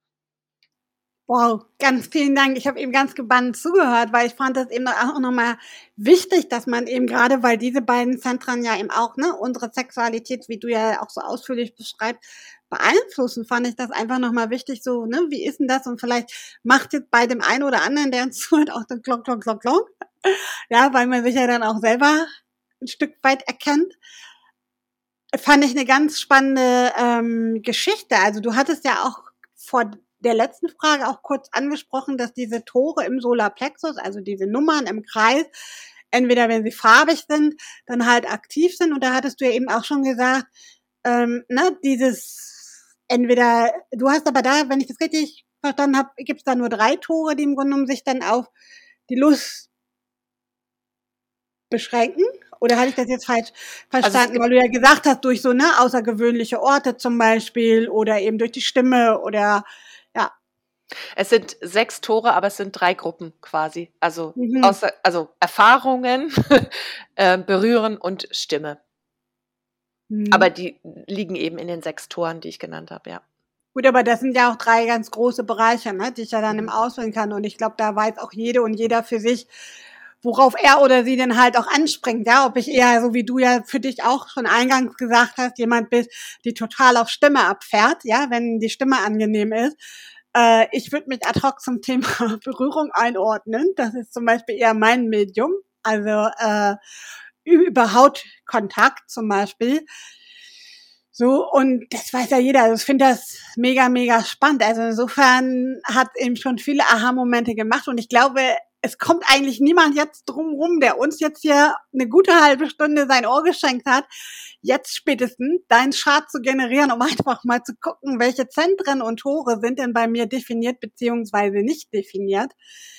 Wow, ganz vielen Dank. Ich habe eben ganz gebannt zugehört, weil ich fand das eben auch nochmal wichtig, dass man eben gerade, weil diese beiden Zentren ja eben auch, ne, unsere Sexualität, wie du ja auch so ausführlich beschreibst, beeinflussen, fand ich das einfach nochmal wichtig, so, ne, wie ist denn das? Und vielleicht macht jetzt bei dem einen oder anderen, der uns zuhört, auch den Glock, Glock, Glock, Glock. Ja, weil man sich ja dann auch selber ein Stück weit erkennt. Fand ich eine ganz spannende Geschichte. Also du hattest ja auch vor der letzten Frage auch kurz angesprochen, dass diese Tore im Solarplexus, also diese Nummern im Kreis, entweder wenn sie farbig sind, dann halt aktiv sind. Und da hattest du ja eben auch schon gesagt, ne, dieses entweder, du hast aber da, wenn ich das richtig verstanden habe, gibt es da nur 3 Tore, die im Grunde genommen sich dann auf die Lust beschränken? Oder hatte ich das jetzt falsch verstanden? Weil du ja gesagt hast, durch so, ne, außergewöhnliche Orte zum Beispiel oder eben durch die Stimme oder, ja. Es sind 6 Tore, aber es sind 3 Gruppen quasi. Also, also Erfahrungen, Berühren und Stimme. Aber die liegen eben in den 6 Toren, die ich genannt habe, ja. Gut, aber das sind ja auch 3 ganz große Bereiche, ne, die ich ja dann auswählen kann. Und ich glaube, da weiß auch jede und jeder für sich, worauf er oder sie denn halt auch anspringt, ja, ob ich eher, so wie du ja für dich auch schon eingangs gesagt hast, jemand bist, die total auf Stimme abfährt, ja, wenn die Stimme angenehm ist. Ich würde mich ad hoc zum Thema Berührung einordnen. Das ist zum Beispiel eher mein Medium, also über Hautkontakt zum Beispiel. So, und das weiß ja jeder. Also ich finde das mega, mega spannend. Also insofern hat eben schon viele Aha-Momente gemacht und ich glaube, es kommt eigentlich niemand jetzt drum rum, der uns jetzt hier eine gute halbe Stunde sein Ohr geschenkt hat, jetzt spätestens deinen Chart zu generieren, um einfach mal zu gucken, welche Zentren und Tore sind denn bei mir definiert beziehungsweise nicht definiert,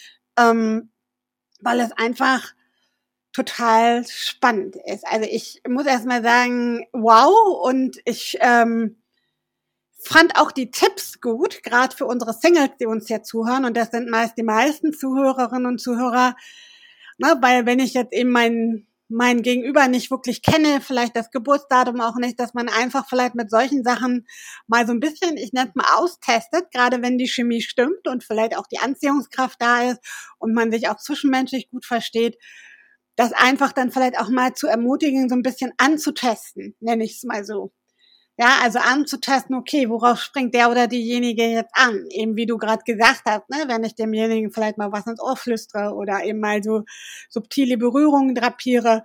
weil es einfach total spannend ist. Also ich muss erstmal sagen, wow, und ich fand auch die Tipps gut, gerade für unsere Singles, die uns hier zuhören, und das sind meist die meisten Zuhörerinnen und Zuhörer, ne, weil wenn ich jetzt eben mein Gegenüber nicht wirklich kenne, vielleicht das Geburtsdatum auch nicht, dass man einfach vielleicht mit solchen Sachen mal so ein bisschen, ich nenne es mal, austestet, gerade wenn die Chemie stimmt und vielleicht auch die Anziehungskraft da ist und man sich auch zwischenmenschlich gut versteht, das einfach dann vielleicht auch mal zu ermutigen, so ein bisschen anzutesten, nenne ich es mal so. Ja, also anzutesten, okay, worauf springt der oder diejenige jetzt an? Eben wie du gerade gesagt hast, ne, wenn ich demjenigen vielleicht mal was ins Ohr flüstere oder eben mal so subtile Berührungen drapiere,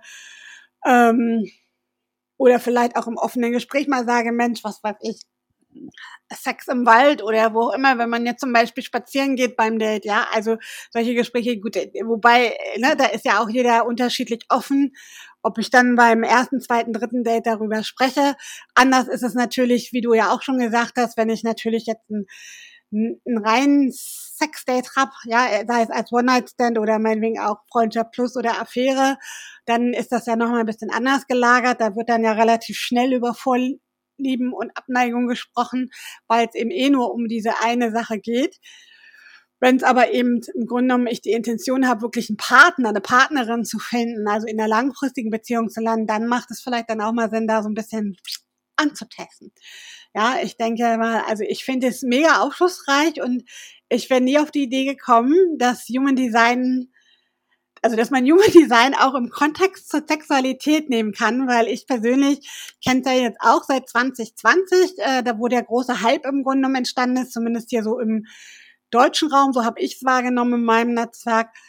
oder vielleicht auch im offenen Gespräch mal sage, Mensch, was weiß ich, Sex im Wald oder wo auch immer, wenn man jetzt zum Beispiel spazieren geht beim Date, ja, also solche Gespräche, gut, wobei, ne, da ist ja auch jeder unterschiedlich offen, ob ich dann beim ersten, zweiten, dritten Date darüber spreche. Anders ist es natürlich, wie du ja auch schon gesagt hast, wenn ich natürlich jetzt ein rein Sexdate hab, ja, sei es als One-Night-Stand oder meinetwegen auch Freundschaft Plus oder Affäre, dann ist das ja nochmal ein bisschen anders gelagert. Da wird dann ja relativ schnell über Vorlieben und Abneigung gesprochen, weil es eben eh nur um diese eine Sache geht. Wenn es aber eben im Grunde genommen ich die Intention habe, wirklich einen Partner, eine Partnerin zu finden, also in einer langfristigen Beziehung zu landen, dann macht es vielleicht dann auch mal Sinn, da so ein bisschen anzutesten. Ja, ich denke mal, also ich finde es mega aufschlussreich und ich wäre nie auf die Idee gekommen, dass Human Design, also dass man Human Design auch im Kontext zur Sexualität nehmen kann, weil ich persönlich kenne es ja jetzt auch seit 2020, da wo der große Hype im Grunde genommen entstanden ist, zumindest hier so im deutschen Raum, so habe ich es wahrgenommen in meinem Netzwerk,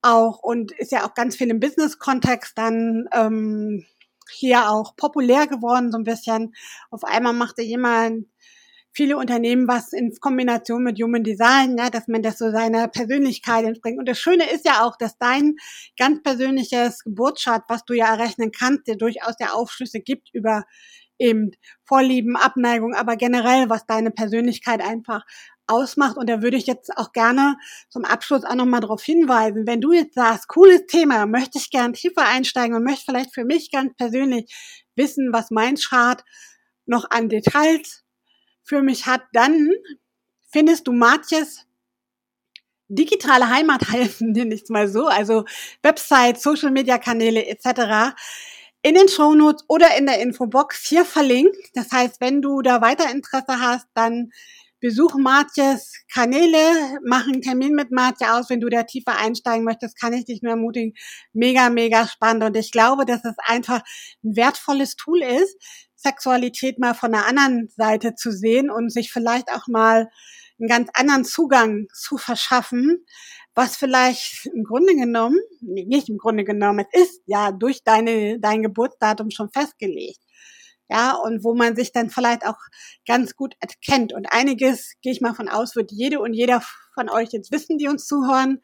auch und ist ja auch ganz viel im Business-Kontext dann hier auch populär geworden, so ein bisschen. Auf einmal machte jemand viele Unternehmen was in Kombination mit Human Design, ne, dass man das so seiner Persönlichkeit entspringt. Und das Schöne ist ja auch, dass dein ganz persönliches Geburtschart, was du ja errechnen kannst, dir durchaus ja Aufschlüsse gibt über eben Vorlieben, Abneigung, aber generell, was deine Persönlichkeit einfach ausmacht. Und da würde ich jetzt auch gerne zum Abschluss auch nochmal darauf hinweisen, wenn du jetzt sagst, cooles Thema, möchte ich gern tiefer einsteigen und möchte vielleicht für mich ganz persönlich wissen, was mein Chart noch an Details für mich hat, dann findest du Martjes digitale Heimat helfen, nenne ich es mal so, also Website, Social Media Kanäle etc. in den Shownotes oder in der Infobox hier verlinkt. Das heißt, wenn du da weiter Interesse hast, dann besuch Martjes Kanäle, mach einen Termin mit Martje aus, wenn du da tiefer einsteigen möchtest, kann ich dich nur ermutigen. Mega, mega spannend. Und ich glaube, dass es einfach ein wertvolles Tool ist, Sexualität mal von der anderen Seite zu sehen und sich vielleicht auch mal einen ganz anderen Zugang zu verschaffen, was vielleicht im Grunde genommen, nicht im Grunde genommen, es ist ja durch dein Geburtsdatum schon festgelegt. Ja, und wo man sich dann vielleicht auch ganz gut erkennt. Und einiges, gehe ich mal von aus, wird jede und jeder von euch jetzt wissen, die uns zuhören.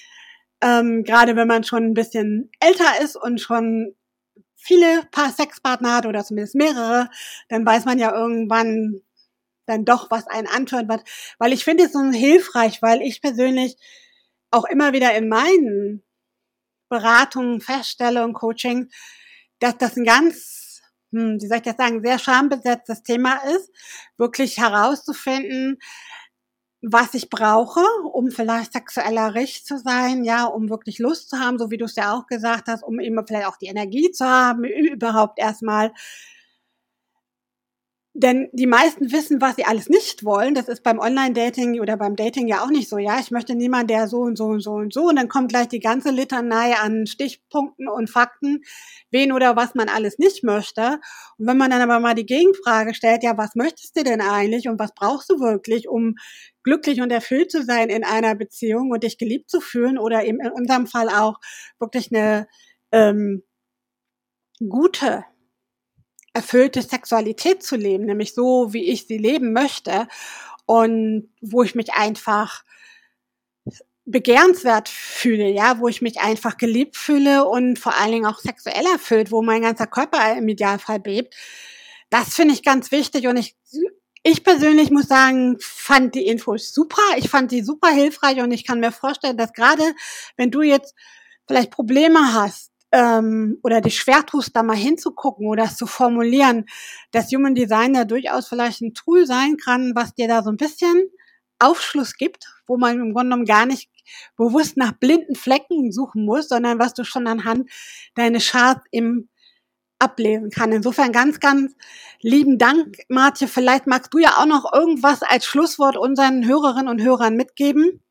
Gerade wenn man schon ein bisschen älter ist und schon viele Paar Sexpartner hat oder zumindest mehrere, dann weiß man ja irgendwann dann doch, was einen antört. Weil ich finde es so hilfreich, weil ich persönlich auch immer wieder in meinen Beratungen feststelle und Coaching, dass das ein ganz, wie soll ich das sagen, sehr schambesetztes Thema ist, wirklich herauszufinden, was ich brauche, um vielleicht sexuell erregt zu sein, ja, um wirklich Lust zu haben, so wie du es ja auch gesagt hast, um eben vielleicht auch die Energie zu haben, überhaupt erstmal. Denn die meisten wissen, was sie alles nicht wollen. Das ist beim Online-Dating oder beim Dating ja auch nicht so. Ja, ich möchte niemanden, der so und so und so und so. Und dann kommt gleich die ganze Litanei an Stichpunkten und Fakten, wen oder was man alles nicht möchte. Und wenn man dann aber mal die Gegenfrage stellt, ja, was möchtest du denn eigentlich und was brauchst du wirklich, um glücklich und erfüllt zu sein in einer Beziehung und dich geliebt zu fühlen oder eben in unserem Fall auch wirklich eine gute, erfüllte Sexualität zu leben, nämlich so, wie ich sie leben möchte und wo ich mich einfach begehrenswert fühle, ja, wo ich mich einfach geliebt fühle und vor allen Dingen auch sexuell erfüllt, wo mein ganzer Körper im Idealfall bebt. Das finde ich ganz wichtig und ich persönlich muss sagen, fand die Infos super. Ich fand die super hilfreich und ich kann mir vorstellen, dass gerade wenn du jetzt vielleicht Probleme hast, oder dich schwer tust, da mal hinzugucken oder es zu formulieren, dass Human Design ja durchaus vielleicht ein Tool sein kann, was dir da so ein bisschen Aufschluss gibt, wo man im Grunde genommen gar nicht bewusst nach blinden Flecken suchen muss, sondern was du schon anhand deines Charts im ablesen kann. Insofern ganz, ganz lieben Dank, Martje. Vielleicht magst du ja auch noch irgendwas als Schlusswort unseren Hörerinnen und Hörern mitgeben.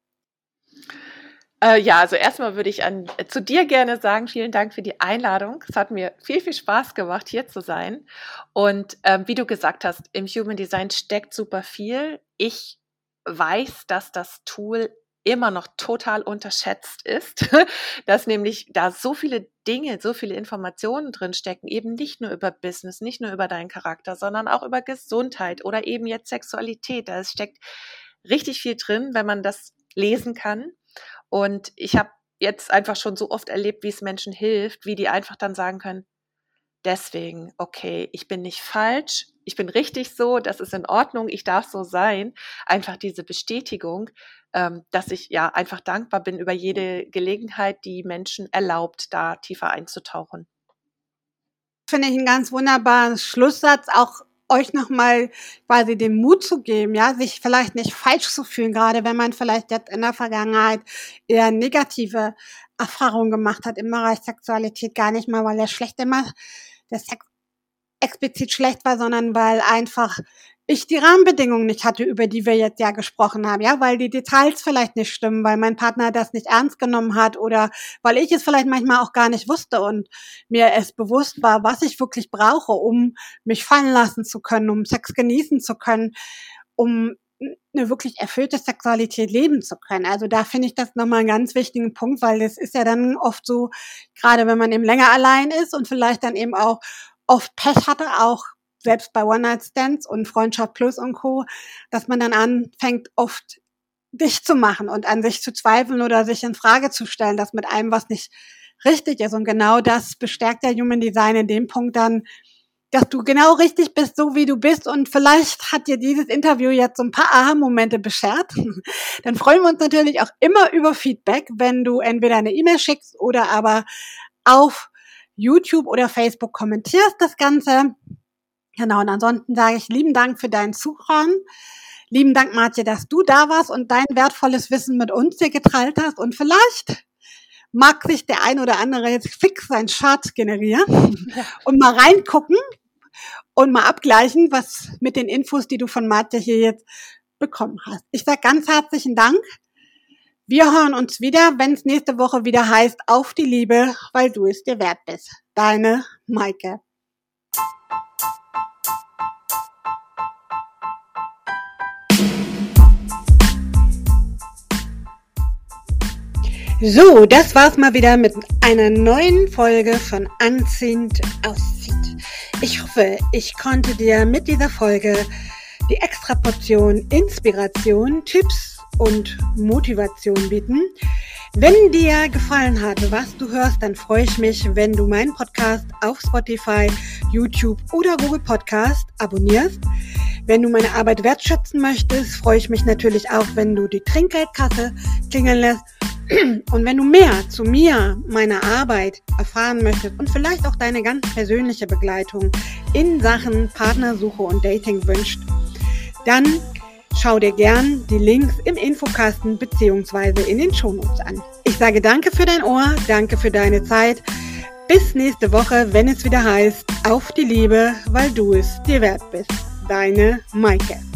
Ja, also erstmal würde ich zu dir gerne sagen, vielen Dank für die Einladung. Es hat mir viel, viel Spaß gemacht, hier zu sein. Und wie du gesagt hast, im Human Design steckt super viel. Ich weiß, dass das Tool immer noch total unterschätzt ist, dass nämlich da so viele Dinge, so viele Informationen drin stecken, eben nicht nur über Business, nicht nur über deinen Charakter, sondern auch über Gesundheit oder eben jetzt Sexualität. Da steckt richtig viel drin, wenn man das lesen kann. Und ich habe jetzt einfach schon so oft erlebt, wie es Menschen hilft, wie die einfach dann sagen können, deswegen, okay, ich bin nicht falsch, ich bin richtig so, das ist in Ordnung, ich darf so sein. Einfach diese Bestätigung, dass ich ja einfach dankbar bin über jede Gelegenheit, die Menschen erlaubt, da tiefer einzutauchen. Finde ich einen ganz wunderbaren Schlusssatz, auch euch nochmal quasi den Mut zu geben, ja, sich vielleicht nicht falsch zu fühlen, gerade wenn man vielleicht jetzt in der Vergangenheit eher negative Erfahrungen gemacht hat im Bereich Sexualität, gar nicht mal, weil der Sex explizit schlecht war, sondern weil einfach ich die Rahmenbedingungen nicht hatte, über die wir jetzt ja gesprochen haben, ja, weil die Details vielleicht nicht stimmen, weil mein Partner das nicht ernst genommen hat oder weil ich es vielleicht manchmal auch gar nicht wusste und mir es bewusst war, was ich wirklich brauche, um mich fallen lassen zu können, um Sex genießen zu können, um eine wirklich erfüllte Sexualität leben zu können. Also da finde ich das nochmal einen ganz wichtigen Punkt, weil es ist ja dann oft so, gerade wenn man eben länger allein ist und vielleicht dann eben auch oft Pech hatte, auch selbst bei One-Night-Stands und Freundschaft Plus und Co., dass man dann anfängt, oft dicht zu machen und an sich zu zweifeln oder sich in Frage zu stellen, dass mit einem was nicht richtig ist. Und genau das bestärkt der Human Design in dem Punkt dann, dass du genau richtig bist, so wie du bist. Und vielleicht hat dir dieses Interview jetzt so ein paar Aha-Momente beschert. Dann freuen wir uns natürlich auch immer über Feedback, wenn du entweder eine E-Mail schickst oder aber auf YouTube oder Facebook kommentierst das Ganze. Genau, und ansonsten sage ich lieben Dank für dein Zuhören. Lieben Dank, Martje, dass du da warst und dein wertvolles Wissen mit uns hier geteilt hast. Und vielleicht mag sich der ein oder andere jetzt fix seinen Chart generieren und mal reingucken und mal abgleichen, was mit den Infos, die du von Martje hier jetzt bekommen hast. Ich sage ganz herzlichen Dank. Wir hören uns wieder, wenn es nächste Woche wieder heißt, auf die Liebe, weil du es dir wert bist. Deine Maike. So, das war's mal wieder mit einer neuen Folge von Anziehend aussieht. Ich hoffe, ich konnte dir mit dieser Folge die extra Portion Inspiration, Tipps und Motivation bieten. Wenn dir gefallen hat, was du hörst, dann freue ich mich, wenn du meinen Podcast auf Spotify, YouTube oder Google Podcast abonnierst. Wenn du meine Arbeit wertschätzen möchtest, freue ich mich natürlich auch, wenn du die Trinkgeldkasse klingeln lässt. Und wenn du mehr zu mir, meiner Arbeit erfahren möchtest und vielleicht auch deine ganz persönliche Begleitung in Sachen Partnersuche und Dating wünscht, dann schau dir gern die Links im Infokasten bzw. in den Shownotes an. Ich sage danke für dein Ohr, danke für deine Zeit. Bis nächste Woche, wenn es wieder heißt, auf die Liebe, weil du es dir wert bist. Deine Maike.